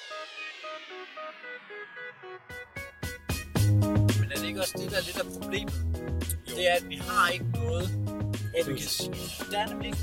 Men er det ikke også det, der er lidt af problemet? Jo. Det er, at vi har ikke noget, hvor vi kan sige, der er nemlig ikke.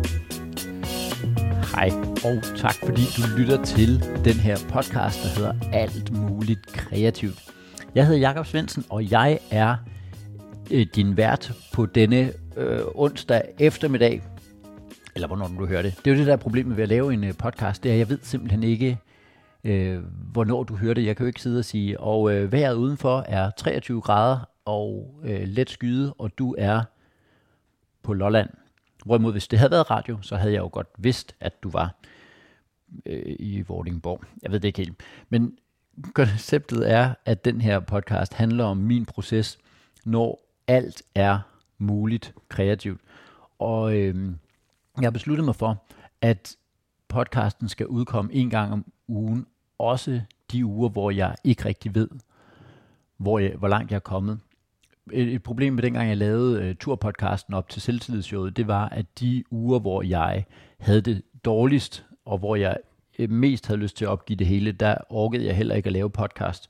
Hej, og tak fordi du lytter til den her podcast, der hedder Alt Muligt Kreativt. Jeg hedder Jakob Svendsen, og jeg er din vært på denne onsdag eftermiddag, eller hvornår du hører det. Det er jo det der problem ved at lave en podcast, det er, at jeg ved simpelthen ikke, hvornår du hører det. Jeg kan jo ikke sidde og sige, og vejret udenfor er 23 grader og let skyde, og du er på Lolland. Hvorimod, hvis det havde været radio, så havde jeg jo godt vidst, at du var i Vordingborg. Jeg ved det ikke helt. Men konceptet er, at den her podcast handler om min proces, når alt er muligt kreativt. Og jeg har besluttet mig for, at podcasten skal udkomme en gang om ugen, også de uger, hvor jeg ikke rigtig ved, hvor langt jeg er kommet. Et problem med dengang jeg lavede turpodcasten op til selvtillidsshowet, det var, at de uger, hvor jeg havde det dårligst, og hvor jeg mest havde lyst til at opgive det hele, der orkede jeg heller ikke at lave podcast.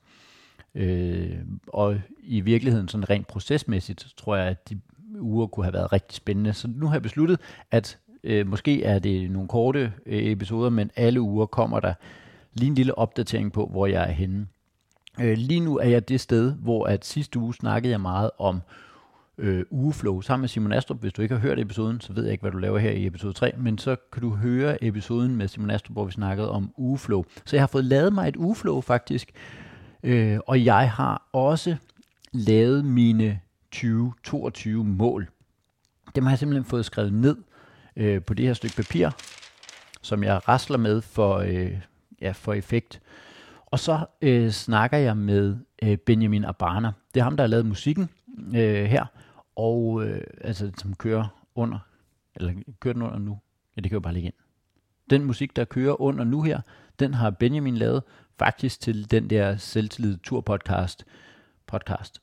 Og i virkeligheden, sådan rent procesmæssigt, tror jeg, at de uger kunne have været rigtig spændende. Så nu har jeg besluttet, at måske er det nogle korte episoder, men alle uger kommer der lige en lille opdatering på, hvor jeg er henne. Lige nu er jeg det sted, hvor at sidste uge snakkede jeg meget om ugeflow sammen med Simon Astrup. Hvis du ikke har hørt episoden, så ved jeg ikke, hvad du laver her i episode 3, men så kan du høre episoden med Simon Astrup, hvor vi snakkede om ugeflow. Så jeg har fået lavet mig et ugeflow faktisk, og jeg har også lavet mine 2022 mål. Dem har jeg simpelthen fået skrevet ned på det her stykke papir, som jeg rasler med for effekt. Og så snakker jeg med Benjamin Abana. Det er ham, der har lavet musikken her, og altså som kører den under nu? Ja, det kan jo bare ligge ind. Den musik, der kører under nu her, den har Benjamin lavet faktisk til den der selvtillid turpodcast. Podcast.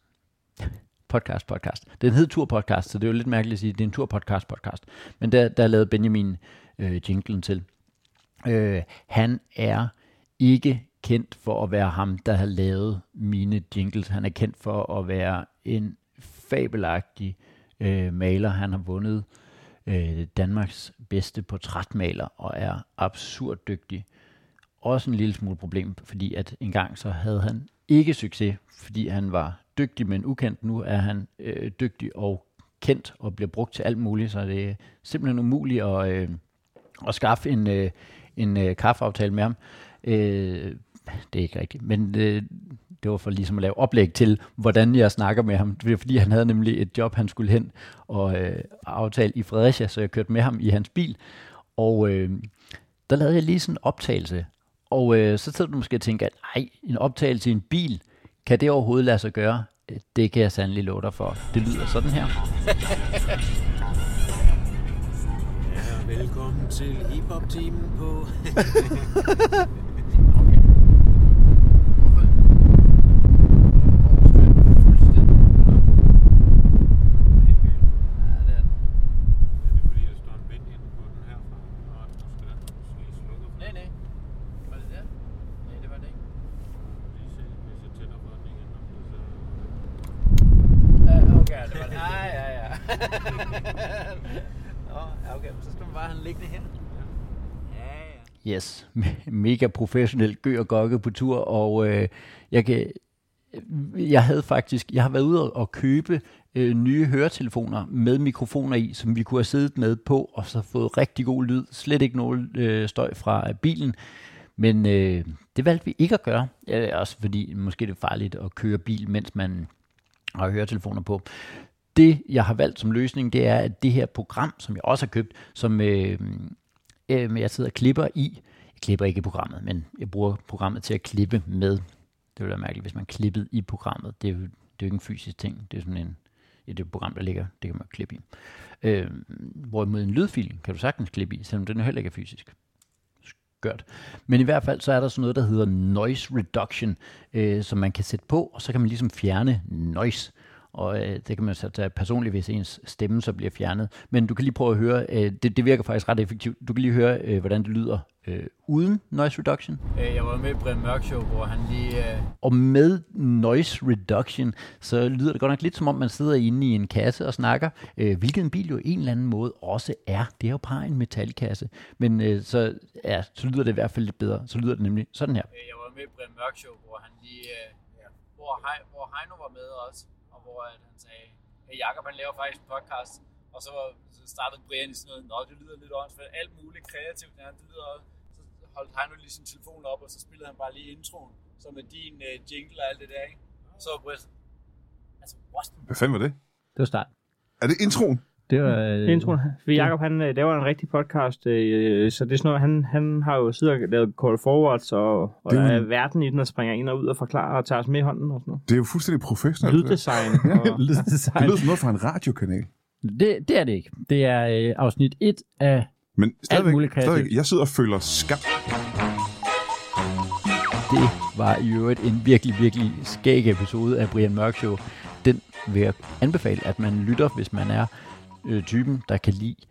Den hed Turpodcast, så det er jo lidt mærkeligt at sige, at det er en turpodcast. Men der lavede Benjamin jinglen til. Han er ikke kendt for at være ham, der har lavet mine jingles. Han er kendt for at være en fabelagtig maler. Han har vundet Danmarks bedste portrætmaler og er absurd dygtig. Også en lille smule problem, fordi at engang så havde han ikke succes, fordi han var dygtig, men ukendt. Nu er han dygtig og kendt og bliver brugt til alt muligt, så det er simpelthen umuligt at skaffe en kaffeaftale med ham. Det er ikke rigtigt, men det var for ligesom at lave oplæg til, hvordan jeg snakker med ham. Det var fordi, han havde nemlig et job, han skulle hen og aftale i Fredericia, så jeg kørte med ham i hans bil, og der lavede jeg lige sådan en optagelse. Og så sidder du måske og tænker, at en optagelse i en bil, kan det overhovedet lade sig gøre? Det kan jeg sandelig love dig for. Det lyder sådan her. Ja, velkommen til hiphop-timen på... Okay, så skal man bare have den liggende her. Ja. Yes, mega professionel Gø og Gokke på tur, og jeg har været ude og købe nye høretelefoner med mikrofoner i, som vi kunne have siddet med på, og så fået rigtig god lyd, slet ikke nogen støj fra bilen, men det valgte vi ikke at gøre, også fordi måske det er farligt at køre bil, mens man har høretelefoner på. Det, jeg har valgt som løsning, det er, at det her program, som jeg også har købt, som jeg sidder og klipper i. Jeg klipper ikke i programmet, men jeg bruger programmet til at klippe med. Det ville være mærkeligt, hvis man klippede i programmet. Det er jo ikke en fysisk ting. Det er sådan det program, der ligger. Det kan man klippe i. Hvorimod en lydfil kan du sagtens klippe i, selvom den heller ikke er fysisk. Skørt. Men i hvert fald så er der sådan noget, der hedder noise reduction, som man kan sætte på, og så kan man ligesom fjerne noise. Og det kan man så tage personligt, hvis ens stemme så bliver fjernet. Men du kan lige prøve at høre, det virker faktisk ret effektivt. Du kan lige høre, hvordan det lyder uden noise reduction. Jeg var med i Brian Mørk Show, hvor han lige... Og med noise reduction, så lyder det godt nok lidt som om, man sidder inde i en kasse og snakker, hvilket en bil jo i en eller anden måde også er. Det er jo bare en metalkasse. Men så lyder det i hvert fald lidt bedre. Så lyder det nemlig sådan her. Jeg var med i Brian Mørk Show, hvor han lige... Hvor Heino var med også, og hvor han sagde, hey Jakob, han laver faktisk en podcast, og så startede Brian i sådan noget, det lyder lidt åndsfærdigt, alt muligt kreativt, det lyder også. Så holdt Heino lige sin telefon op, og så spillede han bare lige introen, så med din jingle og alt det der, ikke? Så var Brian, altså, what? Hvad fanden var det? Det var start. Er det introen? Det var introen. For Jakob, han laver en rigtig podcast, så det er sådan noget, han har jo siddet og lavet call forwards, og der er verden i den, og springer ind og ud og forklarer og tager os med i hånden og sådan noget. Det er jo fuldstændig professionelt. Lyddesign. lyddesign. Det lyder som noget fra en radiokanal. Det er det ikke. Det er afsnit 1 af Men stadigvæk, jeg sidder og føler skam. Det var i øvrigt en virkelig, virkelig skæg episode af Brian Mørk Show. Den vil jeg anbefale, at man lytter, hvis man er typen, der kan lide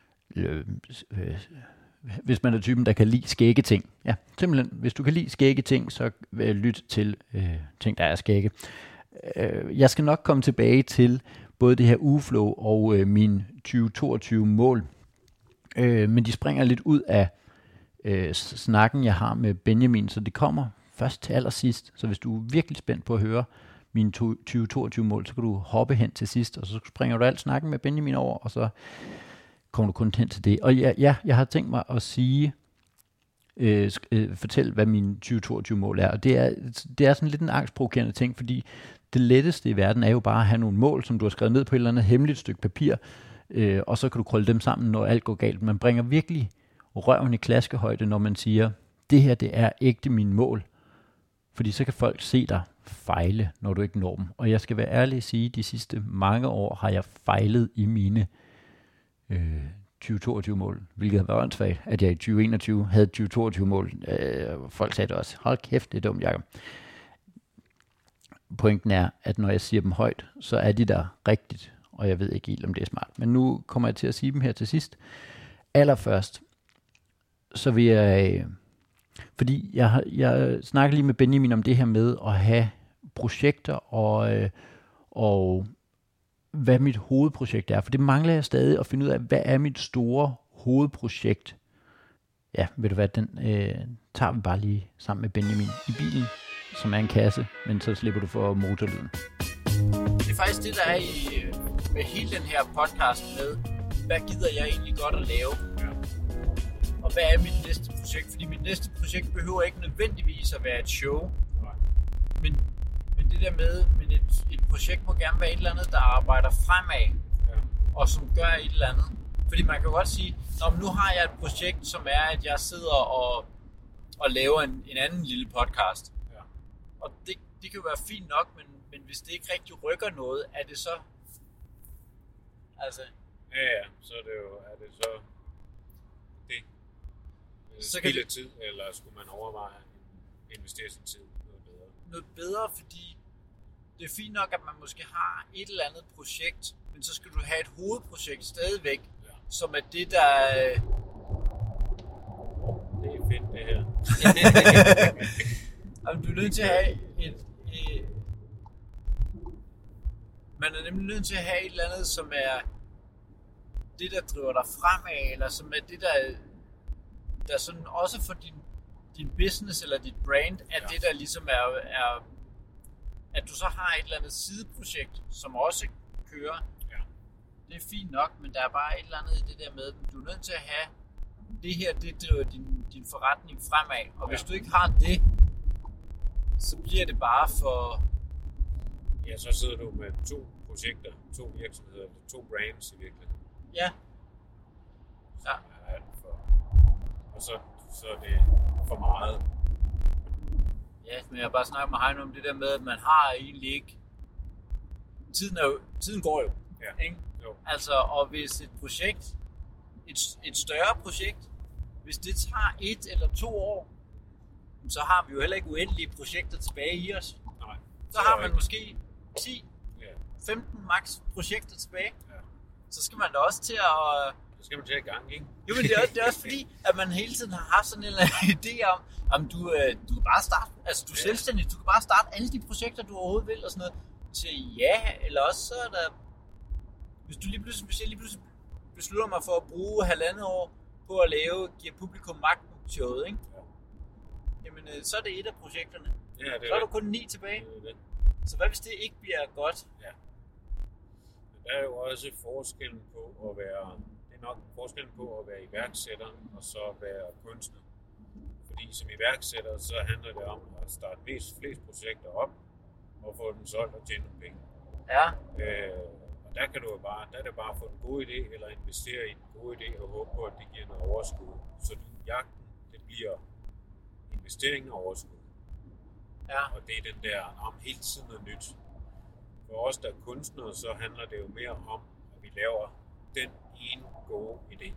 hvis man er typen, der kan lide skægge ting. Ja, simpelthen, hvis du kan lide skægge ting, så lyt til ting, der er skægge. Jeg skal nok komme tilbage til både det her ugeflow og min 2022 mål. Men de springer lidt ud af snakken, jeg har med Benjamin, så det kommer først til allersidst. Så hvis du er virkelig spændt på at høre mine 2022 mål, så kan du hoppe hen til sidst, og så springer du alt snakken med Benjamin over, og så kommer du kun hen til det. Og ja, jeg har tænkt mig at sige, fortælle, hvad mine 2022 mål er. Og det er sådan lidt en angstprovokerende ting, fordi det letteste i verden er jo bare at have nogle mål, som du har skrevet ned på et eller andet hemmeligt stykke papir, og så kan du krølle dem sammen, når alt går galt. Man bringer virkelig røven i klaskehøjde, når man siger, det her, det er ægte mine mål. Fordi så kan folk se dig fejle, når du ikke når dem. Og jeg skal være ærlig at sige, at de sidste mange år har jeg fejlet i mine 2022 mål, hvilket har været åndssvagt, at jeg i 2021 havde 2022 mål. Folk sagde det også, hold kæft, det er dumt, Jacob. Pointen er, at når jeg siger dem højt, så er de der rigtigt, og jeg ved ikke helt, om det er smart. Men nu kommer jeg til at sige dem her til sidst. Allerførst, så vil jeg... Fordi jeg snakker lige med Benjamin om det her med at have projekter og hvad mit hovedprojekt er. For det mangler jeg stadig at finde ud af, hvad er mit store hovedprojekt. Ja, ved du hvad, den tager vi bare lige sammen med Benjamin i bilen, som er en kasse, men så slipper du for motorlyden. Det er faktisk det, der er med hele den her podcast med, hvad gider jeg egentlig godt at lave? Ja. Og hvad er mit næste projekt? Fordi mit næste projekt behøver ikke nødvendigvis at være et show. Men det der med, et projekt må gerne være et eller andet, der arbejder fremad. Ja. Og som gør et eller andet. Fordi man kan godt sige, nu har jeg et projekt, som er, at jeg sidder og laver en anden lille podcast. Ja. Og det kan jo være fint nok, men hvis det ikke rigtig rykker noget, er det så... Altså... Ja, så er det jo... Er det så... Det... Så kan det tid, eller skulle man overveje at investere sin tid noget bedre, fordi det er fint nok, at man måske har et eller andet projekt, men så skal du have et hovedprojekt stadigvæk, ja. Som er det, der... Det er fedt, det her. Du er nødt til at have man er nemlig nødt til at have et eller andet, som er det, der driver dig fremad, eller som er det, der sådan også for din business eller dit brand, at det der ligesom er at du så har et eller andet sideprojekt, som også kører. Ja. Det er fint nok, men der er bare et eller andet i det der med, at du er nødt til at have det her, det driver din forretning fremad. Og hvis du ikke har det, så bliver det bare for... Ja, så sidder du med 2 projekter, 2 virksomheder, 2 brands i virkeligheden. Ja. Ja. Og så er det for meget. Ja, men jeg har bare snakket med Heino om det der med, at man har egentlig ikke... Tiden går jo, ja. Ikke? Jo. Altså, og hvis et projekt, et større projekt, hvis det tager 1 eller 2 år, så har vi jo heller ikke uendelige projekter tilbage i os. Nej. Så har man måske 10, 15 max projekter tilbage. Ja. Så skal man da også til at... Så skal man til at gang, ikke? Jo, men det er også fordi, at man hele tiden har haft sådan en eller anden idé om du kan bare starte, altså du er selvstændig, du kan bare starte alle de projekter, du overhovedet vil og sådan noget. Så ja, eller også så er der... Hvis jeg lige pludselig beslutter mig for at bruge 1,5 år på at give publikum magten-showet, ikke? Ja. Jamen, så er det et af projekterne. Ja, det så er der kun 9 tilbage. Det. Så hvad hvis det ikke bliver godt? Ja. Men der er jo også forskellen på at være... Det er nok forskellen på at være iværksætter og så være kunstner. Fordi som iværksætter, så handler det om at starte flest projekter op og få dem solgt og tjene nogle penge. Ja. Og der kan du bare, der er det bare at få en god idé, eller investere i en god idé og håbe på, at det giver noget overskud. Så jagten, det bliver investering og overskud. Ja. Og det er den der om hele tiden noget nyt. For os, der er kunstnere, så handler det jo mere om, at vi laver den ene gode idé.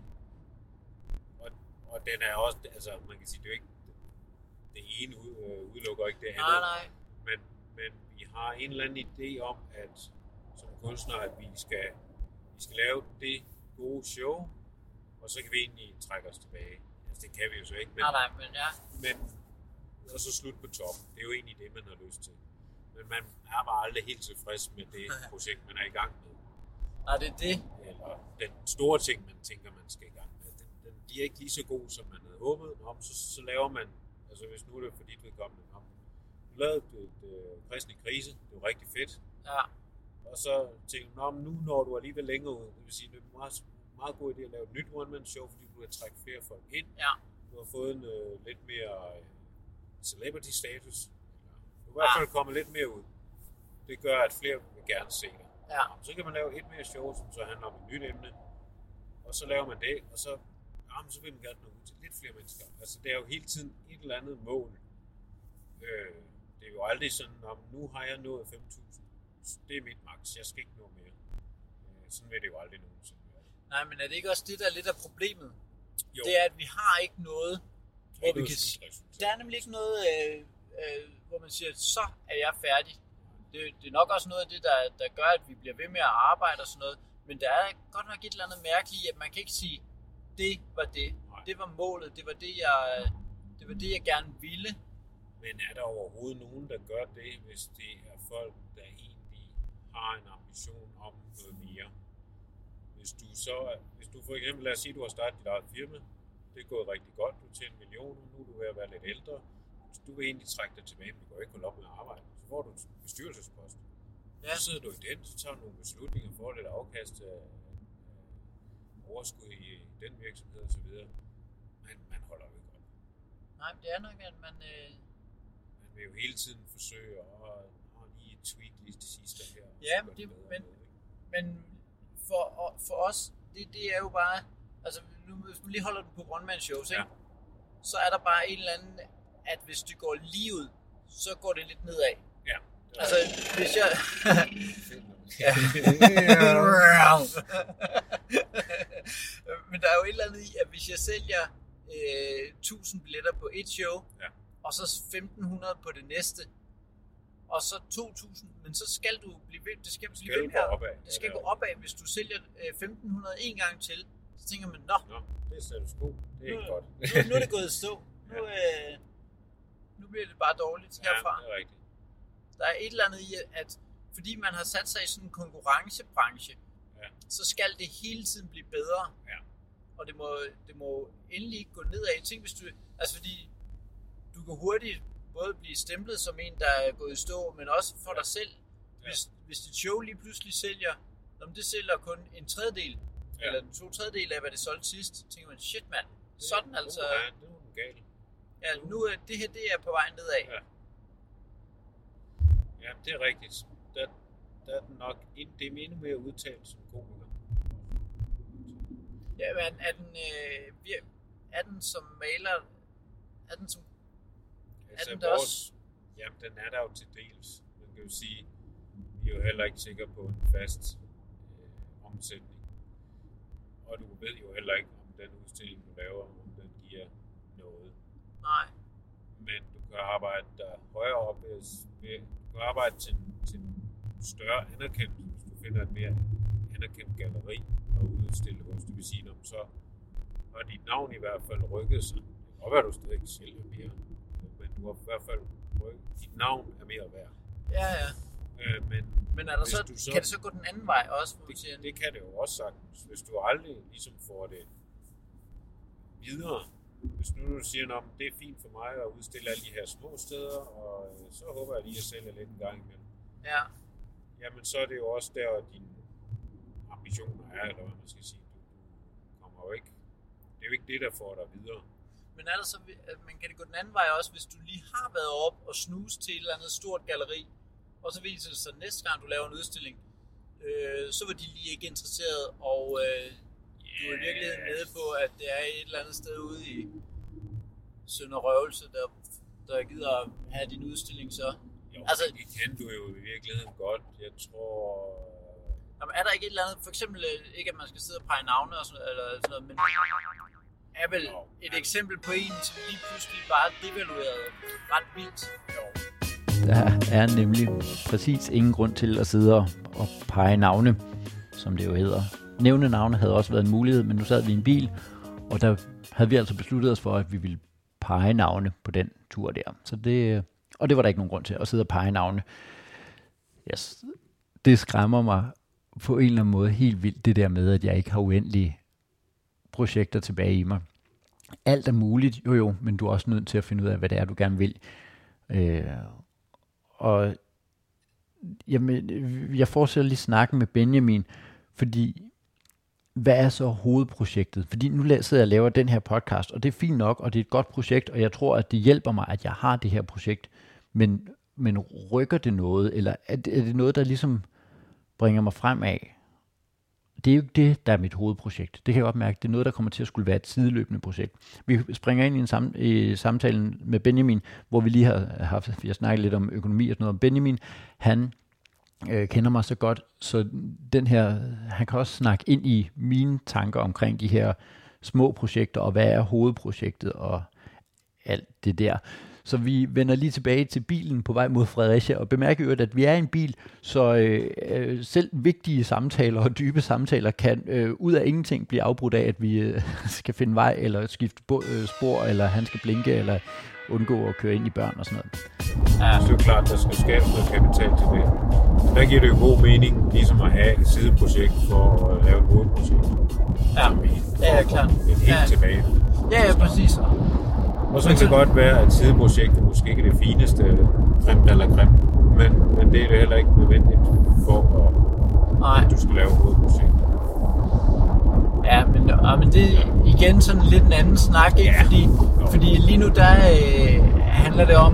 Og den er også, altså man kan sige, det er jo ikke, det ene udelukker ikke det andet. Nej. Men vi har en eller anden idé om, at som kunstner, at vi skal lave det gode show, og så kan vi egentlig trække os tilbage. Altså det kan vi jo så ikke, men ja. Men og så slut på top. Det er jo egentlig det, man har lyst til. Men man er bare aldrig helt tilfreds med det projekt, man er i gang med. Nej, det er det. Eller den store ting, man tænker, man skal i gang med. Den bliver ikke lige så god, som man havde håbet. Så laver man, altså hvis nu er det for dit vedkommende, du lavede et kristne krise, det var rigtig fedt. Ja. Og så tænkte jeg, nu når du alligevel længere ud, det vil sige, det er en meget god idé at lave et nyt one-man-show, fordi du kan trække flere folk ind. Ja. Du har fået en lidt mere celebrity status. Du er i hvert fald kommet lidt mere ud. Det gør, at flere vil gerne se dig. Ja. Så kan man lave et mere show, som så handler om et nyt emne. Og så laver man det, og så vil man gerne nå ud til lidt flere mennesker. Altså det er jo hele tiden et eller andet mål. Det er jo aldrig sådan, nu har jeg nået 5.000. Det er mit max. Jeg skal ikke nå mere. Sådan vil det jo aldrig nogensinde være. Nej, men er det ikke også det, der er lidt af problemet? Jo. Det er, at vi har ikke noget, hvor vi kan sige... Der er nemlig ikke noget, hvor man siger, så er jeg færdig. Det er nok også noget af det, der gør, at vi bliver ved med at arbejde og sådan noget. Men der er godt nok et eller andet mærkeligt, at man kan ikke sige, det var det. Nej. Det var målet. Det var det, jeg gerne ville. Men er der overhovedet nogen, der gør det, hvis det er folk, der egentlig har en ambition om noget mere? Hvis du for eksempel, lad os sige, at du har startet dit eget firma, det er gået rigtig godt, du tjener millioner, nu er du ved at være lidt ældre, så du vil egentlig trække dig tilbage, men du kan ikke holde op med at arbejde. Så får du en bestyrelsespost. Ja. Så sidder du i den, så tager du nogle beslutninger, får lidt afkast af overskud i den virksomhed osv. Men man holder jo ikke op. Nej, det er nok, at man... Man vil jo hele tiden forsøge at lige tweak lige det sidste her. Ja, men for os, det er jo bare... Altså, hvis man lige holder den på one-man-shows, ikke? Så er der bare en eller anden, at hvis det går lige ud, så går det lidt nedad. Ja. Altså, hvis jeg... Men der er jo et eller andet i, at hvis jeg sælger 1000 billetter på et show, og så 1500 på det næste, og så 2000, men så skal du blive ved, det skal blive ved her. Det skal gå opad, hvis du sælger 1500 en gang til, så tænker man, nå, det er status quo, det er ikke godt. Nu er det gået i stå. Nu bliver det bare dårligt herfra. Ja, det er rigtigt. Der er et eller andet i, at fordi man har sat sig i sådan en konkurrencebranche, så skal det hele tiden blive bedre. Ja. Og det må endelig ikke gå nedad. Tænk, hvis du, altså fordi du kan hurtigt både blive stemplet som en, der er gået i stå, men også for dig selv. Hvis dit show lige pludselig sælger, det sælger kun en tredjedel, eller 2/3 af, hvad det solgte sidst, så tænker man, shit mand, sådan altså. Ja, det er jo galt. Ja, nu er det her, det er på vej nedad. Ja, det er rigtigt. Der er den nok, det er endnu mere udtalt som komiker. Ja, men er den som maler, er den som... Altså er den også... Jamen, den er der jo til dels. Man kan jo sige, vi er jo heller ikke sikre på en fast omsætning. Og du ved jo heller ikke, om den udstilling, du laver, om den giver noget. Nej. Men du kan arbejde der højere op, du kan arbejde til en større anerkendelse, hvis du finder et mere anerkendt galleri og udstille hos. Det vil sige, så har dit navn i hvert fald rykket sig. Og hvad du stadig ikke sælger mere, men du har i hvert fald rykket. Dit navn er mere værd. Ja. Men er der kan det så gå den anden vej også? Det kan det jo også sagtens. Hvis du aldrig ligesom får det videre. Hvis nu du siger, at det er fint for mig at udstille alle de her små steder, og så håber jeg lige at sælge lidt en gang imellem. Ja. Jamen så er det jo også der, dine ambitioner er, eller hvad man skal sige. Du kommer jo ikke. Det er jo ikke det, der får dig videre. Men er der så, man kan det gå den anden vej også, hvis du lige har været op og snuse til et eller andet stort galleri, og så viser det sig næste gang, du laver en udstilling, så var de lige ikke interesseret, og du er i virkeligheden nede på, at det er et eller andet sted ude i Sønder Røvelse, der gider at have din udstilling så. Jo, altså, det kan du jo i virkeligheden godt. Jeg tror... Jamen, er der ikke et eller andet, for eksempel ikke at man skal sidde og pege navne og sådan, eller sådan noget, men er vel et eksempel på en, som lige pludselig bare devalueret ret vildt? Jo. Der er nemlig præcis ingen grund til at sidde og pege navne, som det jo hedder. Nævne navne havde også været en mulighed, men nu sad vi i en bil, og der havde vi altså besluttet os for, at vi ville pege navne på den tur der. Så det var der ikke nogen grund til at sidde og pege navne. Yes. Det skræmmer mig på en eller anden måde helt vildt, det der med, at jeg ikke har uendelige projekter tilbage i mig. Alt er muligt, jo, men du er også nødt til at finde ud af, hvad det er, du gerne vil. Og jamen, jeg fortsætter lige snakken med Benjamin, fordi hvad er så hovedprojektet? Fordi nu sidder jeg og laver den her podcast, og det er fint nok, og det er et godt projekt, og jeg tror, at det hjælper mig, at jeg har det her projekt. Men rykker det noget, eller er det noget, der ligesom bringer mig fremad? Det er jo ikke det, der er mit hovedprojekt. Det kan jeg godt mærke. Det er noget, der kommer til at skulle være et sideløbende projekt. Vi springer ind i samtalen med Benjamin, hvor vi lige vi har snakket lidt om økonomi og sådan noget. Benjamin, han kender mig så godt, så han kan også snakke ind i mine tanker omkring de her små projekter, og hvad er hovedprojektet, og alt det der. Så vi vender lige tilbage til bilen på vej mod Fredericia, og bemærker jo, at vi er i en bil, så selv vigtige samtaler og dybe samtaler kan ud af ingenting blive afbrudt af, at vi skal finde vej, eller skifte spor, eller han skal blinke, eller undgå at køre ind i børn og sådan noget. Ja, det er jo klart, der skal skabes noget kapital til det. Der giver det jo god mening, ligesom at have et sideprojekt for at lave et hovedprojekt. Ja, klart. Helt tilbage. Ja, præcis. Og så kan det godt være, at sideprojektet måske ikke er det fineste creme eller creme, men det er det heller ikke nødvendigt for at du skal lave et hovedprojekt. Ja, men det er igen sådan lidt en anden snak, ikke? Ja. Fordi lige nu der handler det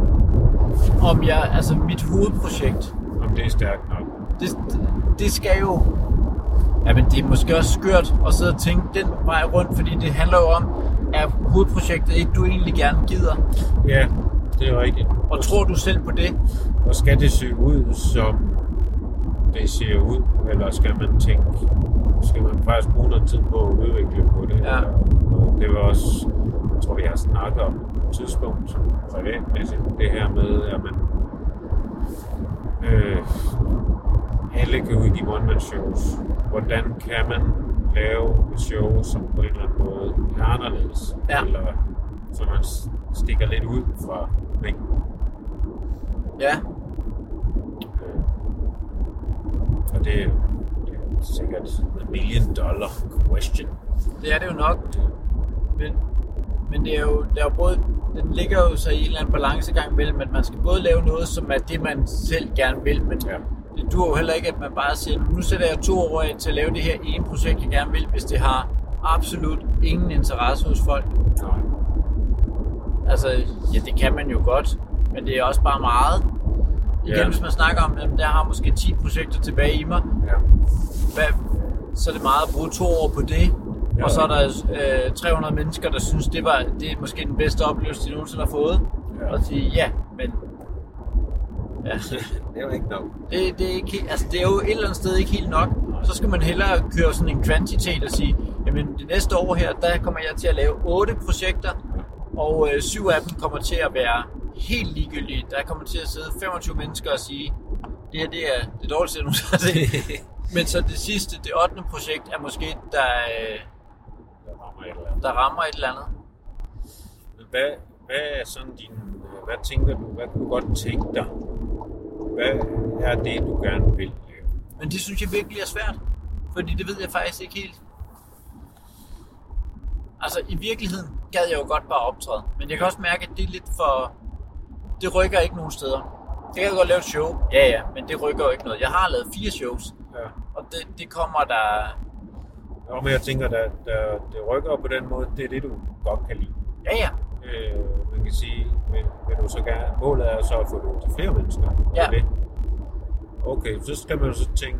om mit hovedprojekt. Om det er stærkt nok. Det skal jo... Ja, men det er måske også skørt at sidde og tænke den vej rundt, fordi det handler jo om, er hovedprojektet et, du egentlig gerne gider? Ja, det er rigtigt. Og tror du selv på det? Og skal det se ud, som det ser ud, eller skal man faktisk bruge noget tid på at udvikle på det? Ja. Det var også, jeg tror vi har snakket om et tidspunkt privatmæssigt, det her med, at man alle kan udgive one-man-shows. Hvordan kan man lave et show, som på en eller anden måde er anderledes? Ja. Eller så man stikker lidt ud fra mængden. Ja. Og det er sikkert $1 million question. Det er det jo nok. Men det er jo både, den ligger jo så i en eller anden balancegang mellem, at man skal både lave noget, som er det, man selv gerne vil, men det duer jo heller ikke, at man bare siger, nu sætter jeg 2 år af til at lave det her ene projekt, jeg gerne vil, hvis det har absolut ingen interesse hos folk. Nej. Altså, ja, det kan man jo godt, men det er også bare meget. Igen, hvis man snakker om, at der har måske 10 projekter tilbage i mig, så er det meget at bruge 2 år på det. Og så er der 300 mennesker, der synes, det er måske den bedste oplevelse, de nogensinde har fået. Og sige, men... Ja. Det er jo ikke nok. Det er ikke, altså det er jo et eller andet sted ikke helt nok. Så skal man hellere køre sådan en kvantitet og sige, jamen det næste år her, der kommer jeg til at lave 8 projekter, og 7 af dem kommer til at være helt ligegyldige. Der kommer til at sidde 25 mennesker og sige, Det her, det er det dårligste, jeg nogensinde har set. Men så det sidste, det 8. projekt, er måske der rammer et eller andet. Hvad er sådan hvad tænker du, hvad kunne du godt tænke dig? Hvad er det, du gerne vil lave? Men det synes jeg virkelig er svært, fordi det ved jeg faktisk ikke helt. Altså i virkeligheden gad jeg jo godt bare optræde, men jeg kan også mærke, at det er lidt for... Det rykker ikke nogen steder. Jeg kan godt lave et show, ja, men det rykker jo ikke noget. Jeg har lavet 4 shows, og det kommer der... Jo, men jeg tænker, det rykker på den måde, det er det, du godt kan lide. Ja. Man kan sige, vil du så gerne... Målet er så at få det til flere mennesker. Ja. Det. Okay, så skal man så tænke,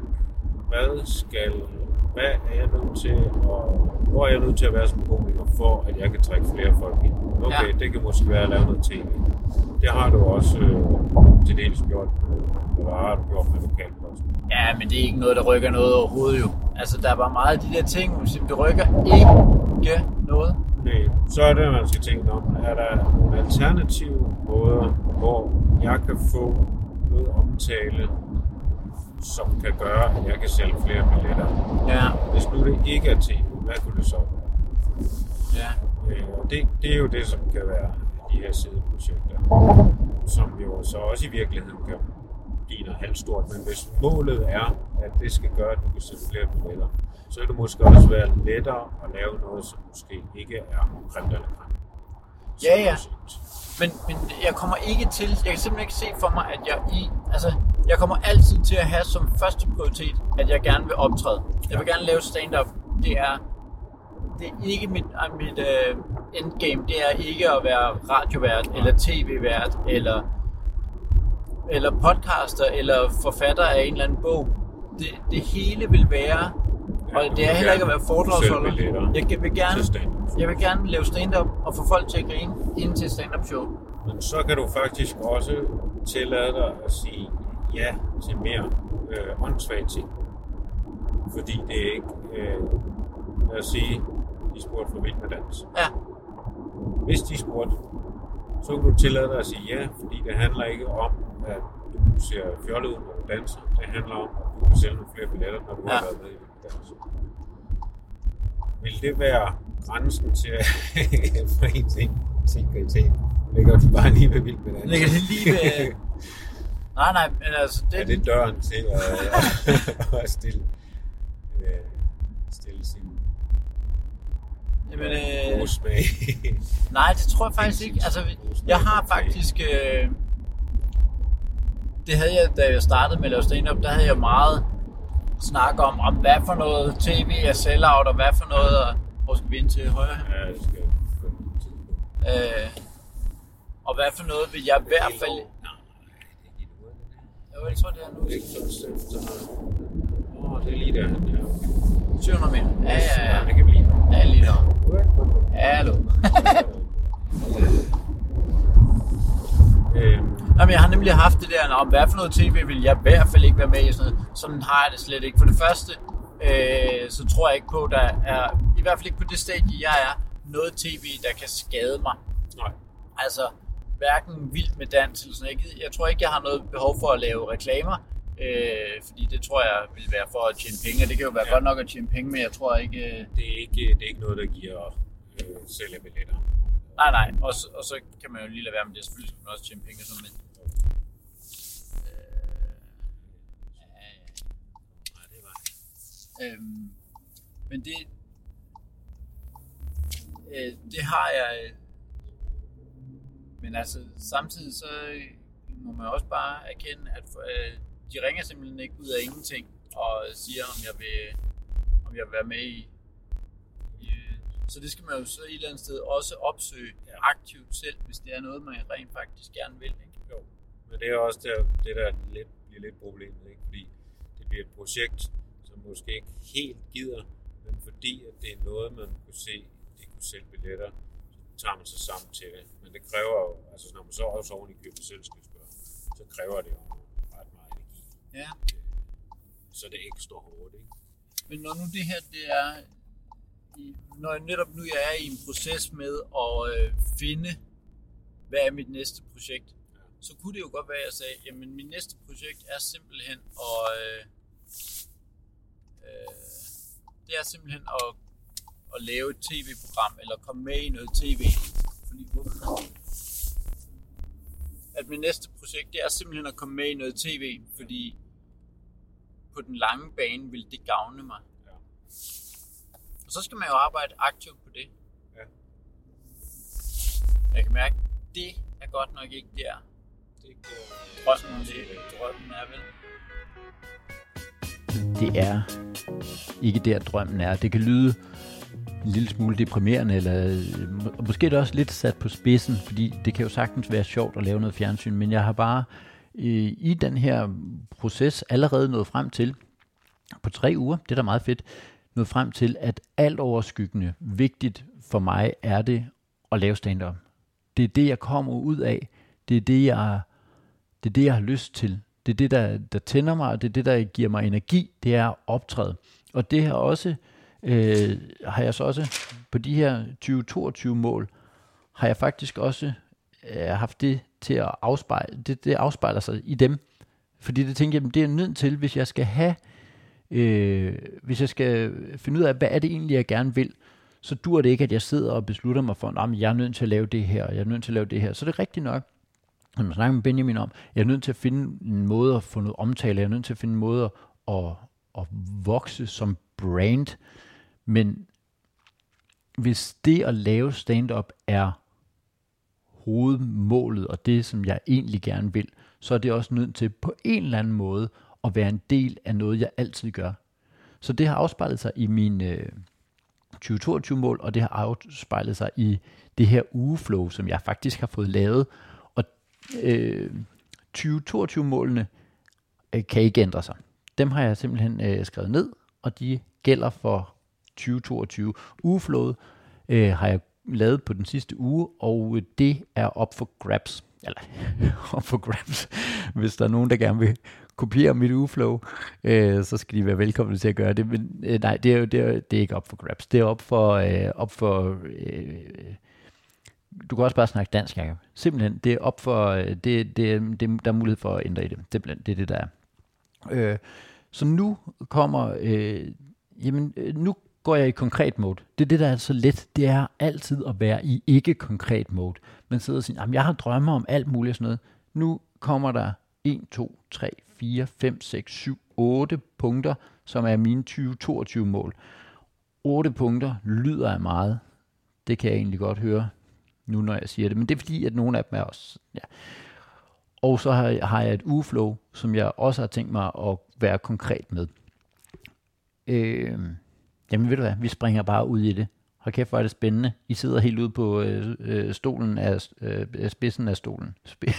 hvad er jeg nødt til hvor er jeg nødt til at være som komiker, for at jeg kan trække flere folk ind? Okay, det kan måske være at lave noget tv. Det har du også til dels gjort, eller har du gjort med lokalpost. Ja, men det er ikke noget, der rykker noget overhovedet jo. Altså, der er bare meget af de der ting, det rykker ikke noget. Nej, så er det, man skal tænke om. Er der nogle alternative måder, hvor jeg kan få noget omtale, som kan gøre, at jeg kan sælge flere billetter? Ja. Hvis nu det ikke er tv, hvad kunne det så være? Ja. Og det er jo det, som kan være de her sideprojekter, som jo så også i virkeligheden kan blive noget halvstort. Men hvis målet er, at det skal gøre, at du kan sælge flere billetter, så vil det måske også være lettere at lave noget, som måske ikke er grimt eller grimt. Ja. Men jeg kommer ikke til, jeg kan simpelthen ikke se for mig, at jeg kommer altid til at have som første prioritet, at jeg gerne vil optræde. Jeg vil gerne lave stand-up. Det er ikke mit endgame. Det er ikke at være radiovært, eller tv-vært, eller podcaster, eller forfatter af en eller anden bog. Det hele vil være, og det er heller ikke at være foredragsholder. Jeg vil gerne lave stand-up og få folk til at grine ind til stand-up show. Men så kan du faktisk også tillade dig at sige ja til mere åndssvage ting. Fordi det er ikke, lad os sige, de spurgte for Vild med Dans. Ja. Hvis de spurgte, så kan du tillade dig at sige ja, fordi det handler ikke om, at du ser fjollet ud, når du danser. Det handler om, at du kan sælge nogle flere billetter, når du har været med i Vild med Dans. Vil det være grænsen til at få ens integritet? Ligger du bare lige ved Vild med Dans? Ligger det lige ved... Nej, men altså... Er det døren til at stille sin gode smag? Nej, det tror jeg faktisk ikke. Altså, jeg har faktisk... det havde jeg, da jeg startede med at lave stand-up, der havde jeg meget snak om hvad for noget tv er sell-out, og hvad for noget... Hvor skal vi ind til højre? Ja, det skal og hvad for noget vil jeg i hvert fald... Jeg tror, det er nu. Det er lige der. 700 meter. Ja. Det kan blive. Ja, lige der. Hallo. Jamen, jeg har nemlig haft det der, om hvad for noget tv vil jeg i hvert fald ikke være med i. Sådan har jeg det slet ikke. For det første, så tror jeg ikke på, der er, i hvert fald ikke på det stadie, jeg er, noget tv, der kan skade mig. Nej. Altså, hverken Vild med Dans eller sådan noget. Jeg tror ikke, jeg har noget behov for at lave reklamer, fordi det tror jeg vil være for at tjene penge. Det kan jo være godt nok at tjene penge, men jeg tror ikke... Det er ikke noget, der giver sælge billetter. Nej. Og så kan man jo lige lade være med det. Selvfølgelig skal man også tjene penge og sådan noget. Nej, det var men det har jeg... Men altså, samtidig så må man også bare erkende, at de ringer simpelthen ikke ud af ingenting og siger, om jeg vil være med i. Så det skal man jo så et eller andet sted også opsøge aktivt selv, hvis det er noget, man rent faktisk gerne vil. Ikke? Jo, men det er også det der bliver lidt problemet, ikke? Fordi det bliver et projekt, som måske ikke helt gider, men fordi at det er noget, man kunne se, det kunne sælge billetter, så tager man sig sammen til det. Men det kræver jo, altså når man så også oven i købet selv skal spørge, så kræver det jo ret meget energi. Ja. Så det ikke står hårdt, ikke? Men når nu det her, det er, når netop nu jeg er i en proces med at finde, hvad er mit næste projekt, så kunne det jo godt være, at jeg sagde, jamen min næste projekt er simpelthen at lave et tv-program, eller komme med i noget tv. Fordi at min næste projekt, det er simpelthen at komme med i noget tv, fordi på den lange bane vil det gavne mig. Ja. Og så skal man jo arbejde aktivt på det. Ja. Jeg kan mærke, det er godt nok ikke der. Det er ikke Drømmen er vel. Det er ikke der, drømmen er. Det kan lyde en lille smule deprimerende, eller måske er det også lidt sat på spidsen, fordi det kan jo sagtens være sjovt at lave noget fjernsyn, men jeg har bare i den her proces allerede nået frem til, på 3 uger, det er da meget fedt, nået frem til, at alt overskyggende vigtigt for mig er det at lave stand-up. Det er det, jeg kommer ud af. Det er det, jeg har lyst til. Det er det, der tænder mig, og det er det, der giver mig energi. Det er at optræde. Og det her også, har jeg så også på de her 2022-mål, har jeg faktisk også haft det til at afspejle. Det afspejler sig i dem. Fordi det tænker jeg, det er nødt til, hvis jeg skal have, hvis jeg skal finde ud af, hvad er det egentlig, jeg gerne vil, så dur det ikke, at jeg sidder og beslutter mig for, at jeg er nødt til at lave det her, jeg er nødt til at lave det her. Så det er rigtigt nok, når man snakker med Benjamin om, jeg er nødt til at finde en måde at få noget omtale, jeg er nødt til at finde en måde at vokse som brand. Men hvis det at lave stand-up er hovedmålet, og det, som jeg egentlig gerne vil, så er det også nødt til på en eller anden måde at være en del af noget, jeg altid gør. Så det har afspejlet sig i mine 2022-mål, og det har afspejlet sig i det her ugeflow, som jeg faktisk har fået lavet. Og 2022-målene kan ikke ændre sig. Dem har jeg simpelthen skrevet ned, og de gælder for 2022. Ugeflowet har jeg lavet på den sidste uge, og det er op for grabs. Eller op for grabs. Hvis der er nogen, der gerne vil kopiere mit ugeflow, så skal de være velkomne til at gøre det. Men nej, det er ikke op for grabs. Det er op for du kan også bare snakke dansk, Jacob. Simpelthen, det er op for der er mulighed for at ændre i det. Det er det, der er. Så nu kommer nu går jeg i konkret mode. Det er det, der er så let. Det er altid at være i ikke-konkret mode. Man sidder og siger, jeg har drømme om alt muligt og sådan noget. Nu kommer der 1, 2, 3, 4, 5, 6, 7, 8 punkter, som er mine 2022-mål. 8 punkter lyder af meget. Det kan jeg egentlig godt høre, nu når jeg siger det. Men det er fordi, at nogle af dem er også... Ja. Og så har jeg et ugeflow, som jeg også har tænkt mig at være konkret med. Jamen ved du hvad, vi springer bare ud i det. Hold kæft, hvor er det spændende. I sidder helt ude på stolen af spidsen af stolen.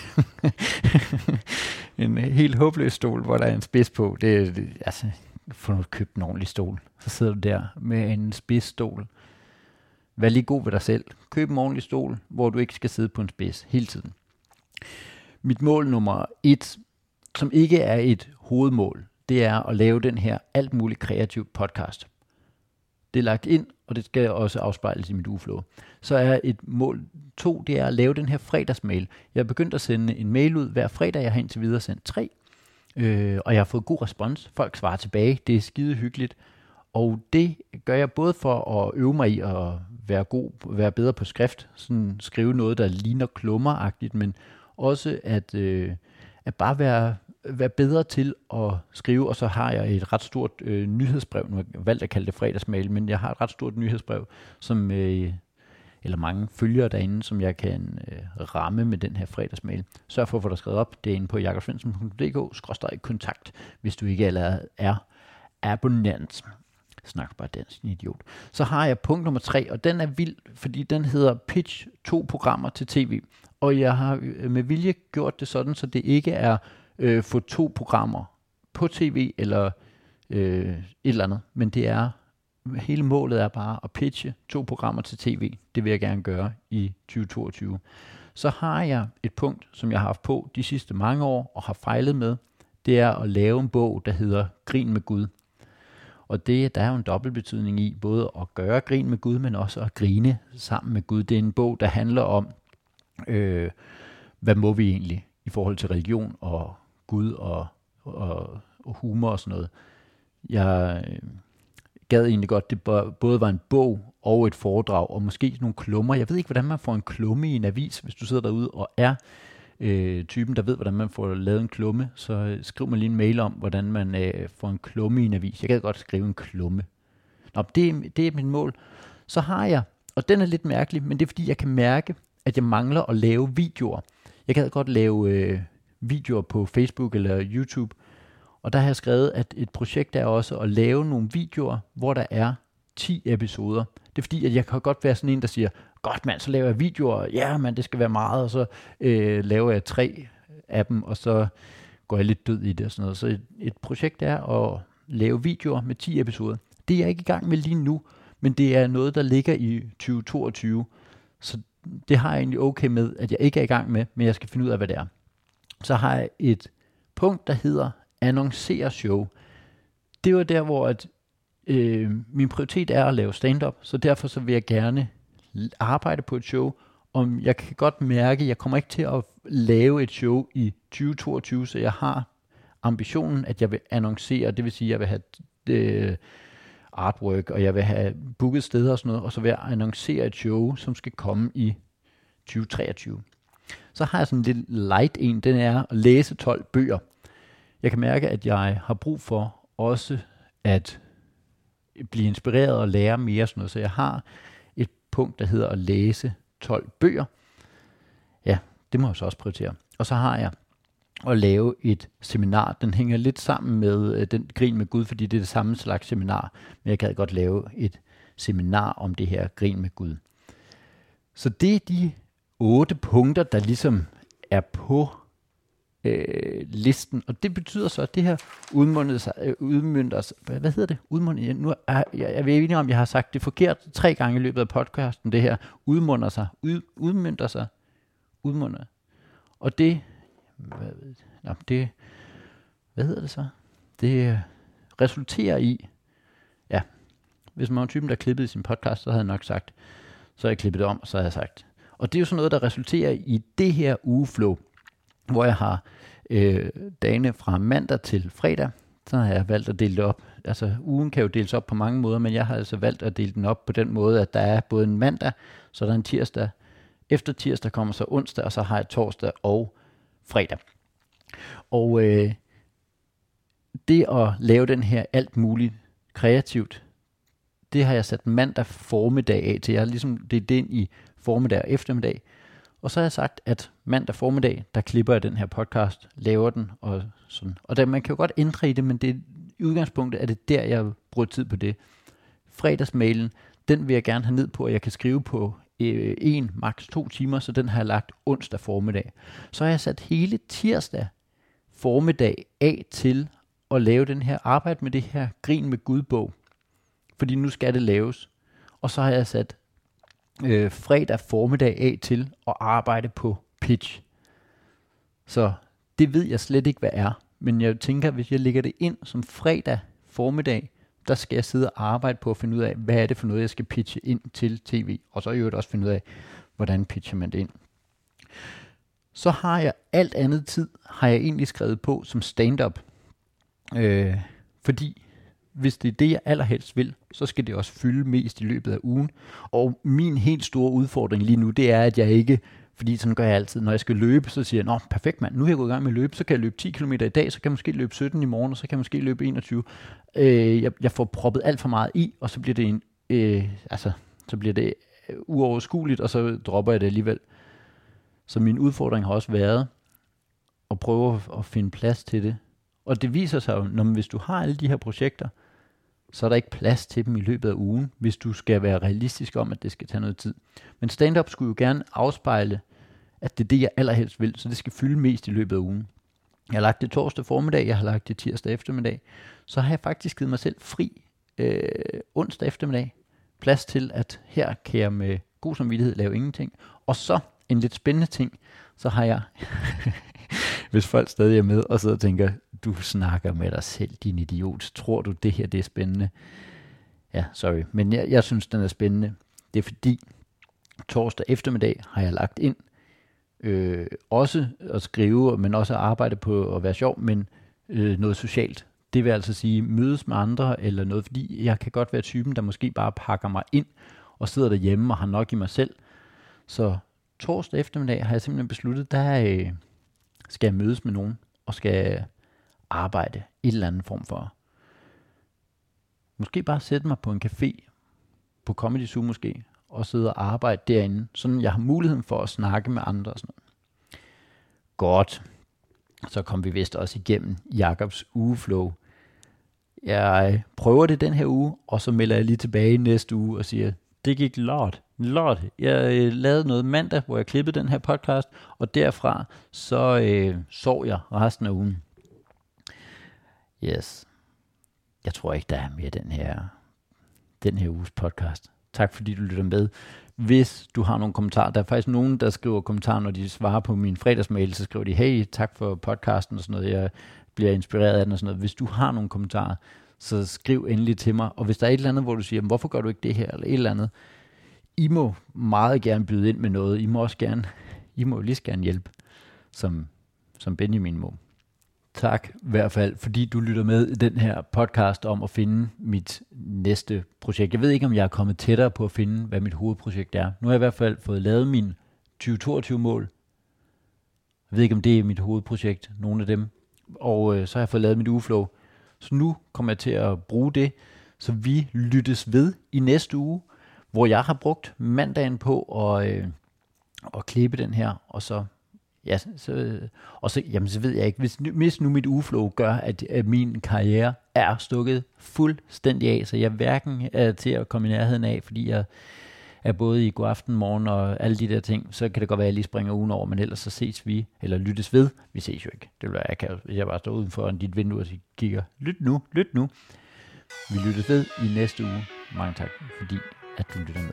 En helt håbløs stol, hvor der er en spids på. Altså, få nu købt en ordentlig stol. Så sidder du der med en spidsstol. Vær lige god ved dig selv. Køb en ordentlig stol, hvor du ikke skal sidde på en spids hele tiden. Mit mål nummer 1, som ikke er et hovedmål, det er at lave den her alt muligt kreativ podcast. Det er lagt ind, og det skal også afspejles i mit ugeflow. Så er et mål 2, det er at lave den her fredagsmail. Jeg er begyndt at sende en mail ud hver fredag. Jeg har indtil videre sendt 3, og jeg har fået god respons. Folk svarer tilbage. Det er skide hyggeligt. Og det gør jeg både for at øve mig i at være bedre på skrift, sådan skrive noget, der ligner klummeragtigt, men også at bare være bedre til at skrive, og så har jeg et ret stort nyhedsbrev. Nu har jeg valgt at kalde det fredagsmail, men jeg har et ret stort nyhedsbrev, som, eller mange følgere derinde, som jeg kan ramme med den her fredagsmail. Sørg for at få dig skrevet op. Det er inde på jakobsvendsen.dk/kontakt, hvis du ikke allerede er abonnent. Snak bare dansk, en idiot. Så har jeg punkt nummer 3, og den er vild, fordi den hedder Pitch 2 programmer til tv. Og jeg har med vilje gjort det sådan, så det ikke er få 2 programmer på tv eller et eller andet. Men det er, hele målet er bare at pitche 2 programmer til tv. Det vil jeg gerne gøre i 2022. Så har jeg et punkt, som jeg har haft på de sidste mange år og har fejlet med. Det er at lave en bog, der hedder Grin med Gud. Og der er jo en dobbeltbetydning i både at gøre grin med Gud, men også at grine sammen med Gud. Det er en bog, der handler om, hvad må vi egentlig? i forhold til religion og Gud og humor og sådan noget. Jeg gad egentlig godt, det både var en bog og et foredrag, og måske nogle klummer. Jeg ved ikke, hvordan man får en klumme i en avis, hvis du sidder derude og er typen, der ved, hvordan man får lavet en klumme, så skriv mig lige en mail om, hvordan man får en klumme i en avis. Jeg gad godt skrive en klumme. Nå, det er mit mål. Så har jeg, og den er lidt mærkelig, men det er fordi, jeg kan mærke, at jeg mangler at lave videoer. Jeg gad godt lave videoer på Facebook eller YouTube, og der har jeg skrevet, at et projekt er også at lave nogle videoer, hvor der er 10 episoder. Det er fordi, at jeg kan godt være sådan en, der siger, godt mand, så laver jeg videoer, ja mand, det skal være meget, og så laver jeg 3 af dem, og så går jeg lidt død i det og sådan noget. Så et projekt er at lave videoer med 10 episoder. Det er jeg ikke i gang med lige nu, men det er noget, der ligger i 2022, så det har jeg egentlig okay med, at jeg ikke er i gang med, men jeg skal finde ud af, hvad det er. Så har jeg et punkt, der hedder annoncere show. Det var der, hvor min prioritet er at lave stand-up, så derfor så vil jeg gerne arbejde på et show, og jeg kan godt mærke, at jeg kommer ikke til at lave et show i 2022, så jeg har ambitionen, at jeg vil annoncere, det vil sige, at jeg vil have artwork, og jeg vil have booket steder og sådan noget, og så vil jeg annoncere et show, som skal komme i 2023. Så har jeg sådan en lidt light en, den er at læse 12 bøger. Jeg kan mærke, at jeg har brug for også at blive inspireret og lære mere sådan noget, så jeg har et punkt, der hedder at læse 12 bøger. Ja, det må jeg så også prioritere. Og så har jeg at lave et seminar. Den hænger lidt sammen med den grin med Gud, fordi det er det samme slags seminar, men jeg kan godt lave et seminar om det her grin med Gud. Så det er de 8 punkter, der ligesom er på listen, og det betyder så, at det her udmønter sig, hvad hedder det? Udmønter, nu er, jeg ved ikke om jeg har sagt det forkert 3 gange i løbet af podcasten, det her udmønter sig, udmønter, og det, hvad hedder det så? Det resulterer i, ja, hvis man var typen, der klippede sin podcast, så havde jeg nok sagt, så har jeg klippet det om, og så har jeg sagt. Og det er jo sådan noget, der resulterer i det her ugeflow, hvor jeg har dagene fra mandag til fredag, så har jeg valgt at dele det op. Altså ugen kan jo deles op på mange måder, men jeg har altså valgt at dele den op på den måde, at der er både en mandag, så er der en tirsdag, efter tirsdag kommer så onsdag, og så har jeg torsdag og fredag. Og det at lave den her alt muligt kreativt, det har jeg sat mandag formiddag af til. Jeg har ligesom delt ind i formiddag og eftermiddag. Og så har jeg sagt, at mandag formiddag, der klipper jeg den her podcast, laver den og sådan. Og man kan jo godt ændre i det, men det, i udgangspunktet er det der, jeg bruger tid på det. Fredagsmailen, den vil jeg gerne have ned på, og jeg kan skrive på 1, maks 2 timer, så den har jeg lagt onsdag formiddag. Så har jeg sat hele tirsdag formiddag af til at lave den her arbejde med det her grin med Gud-bog. Fordi nu skal det laves. Og så har jeg sat fredag formiddag af til at arbejde på pitch. Så det ved jeg slet ikke, hvad er. Men jeg tænker, hvis jeg lægger det ind som fredag formiddag, der skal jeg sidde og arbejde på at finde ud af, hvad er det for noget, jeg skal pitche ind til tv. Og så i øvrigt også finde ud af, hvordan pitcher man det ind. Så har jeg alt andet tid, har jeg egentlig skrevet på som stand-up. Fordi hvis det er det, jeg allerhelst vil, så skal det også fylde mest i løbet af ugen. Og min helt store udfordring lige nu, det er, at jeg ikke, fordi sådan gør jeg altid, når jeg skal løbe, så siger jeg, nå, perfekt mand, nu er jeg gået i gang med at løbe, så kan jeg løbe 10 km i dag, så kan jeg måske løbe 17 i morgen, og så kan jeg måske løbe 21. Jeg får proppet alt for meget i, og så bliver det uoverskueligt, og så dropper jeg det alligevel. Så min udfordring har også været at prøve at finde plads til det. Og det viser sig jo, hvis du har alle de her projekter, så er der ikke plads til dem i løbet af ugen, hvis du skal være realistisk om, at det skal tage noget tid. Men stand-up skulle jo gerne afspejle, at det er det, jeg allerhelst vil, så det skal fylde mest i løbet af ugen. Jeg har lagt det torsdag formiddag, jeg har lagt det tirsdag eftermiddag. Så har jeg faktisk givet mig selv fri onsdag eftermiddag. Plads til, at her kan jeg med god samvittighed lave ingenting. Og så en lidt spændende ting, så har jeg, hvis folk stadig er med og sidder og tænker, du snakker med dig selv, din idiot. Tror du, det her det er spændende? Ja, sorry. Men jeg synes, den er spændende. Det er fordi, torsdag eftermiddag har jeg lagt ind også at skrive, men også at arbejde på at være sjov, men noget socialt. Det vil altså sige mødes med andre eller noget, fordi jeg kan godt være typen, der måske bare pakker mig ind og sidder derhjemme og har nok i mig selv. Så torsdag eftermiddag har jeg simpelthen besluttet, der skal jeg mødes med nogen og skal arbejde i et eller andet form for. Måske bare sætte mig på en café, på Comedy Zoo måske, og sidde og arbejde derinde, sådan jeg har muligheden for at snakke med andre og sådan noget. Godt. Så kom vi vist også igennem Jakobs ugeflow. Jeg prøver det den her uge, og så melder jeg lige tilbage næste uge og siger, det gik lort. Jeg lavede noget mandag, hvor jeg klippede den her podcast, og derfra så sov jeg resten af ugen. Yes. Jeg tror ikke, der er mere den her uges podcast. Tak fordi du lytter med. Hvis du har nogle kommentarer, der er faktisk nogen, der skriver kommentarer, når de svarer på min fredagsmail, så skriver de, hey, tak for podcasten og sådan noget, jeg bliver inspireret af den og sådan noget. Hvis du har nogle kommentarer, så skriv endelig til mig. Og hvis der er et eller andet, hvor du siger, hvorfor gør du ikke det her, eller et eller andet, I må meget gerne byde ind med noget. I må lige så gerne hjælpe, som Benjamin må. Tak i hvert fald, fordi du lytter med i den her podcast om at finde mit næste projekt. Jeg ved ikke, om jeg er kommet tættere på at finde, hvad mit hovedprojekt er. Nu har jeg i hvert fald fået lavet min 2022-mål. Jeg ved ikke, om det er mit hovedprojekt, nogle af dem. Og så har jeg fået lavet mit ugeflow. Så nu kommer jeg til at bruge det, så vi lyttes ved i næste uge, hvor jeg har brugt mandagen på at klippe den her, og så ved jeg ikke, hvis nu mit ugeflow gør, at min karriere er stukket fuldstændig af, så jeg hverken er til at komme i nærheden af, fordi jeg er både i god aften, morgen og alle de der ting, så kan det godt være, at jeg lige springer ugen over, men ellers så ses vi, eller lyttes ved. Vi ses jo ikke. Det vil være akavet, hvis jeg bare står uden for dit vindue og kigger, lyt nu. Vi lyttes ved i næste uge. Mange tak, fordi at du lytter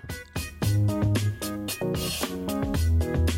med.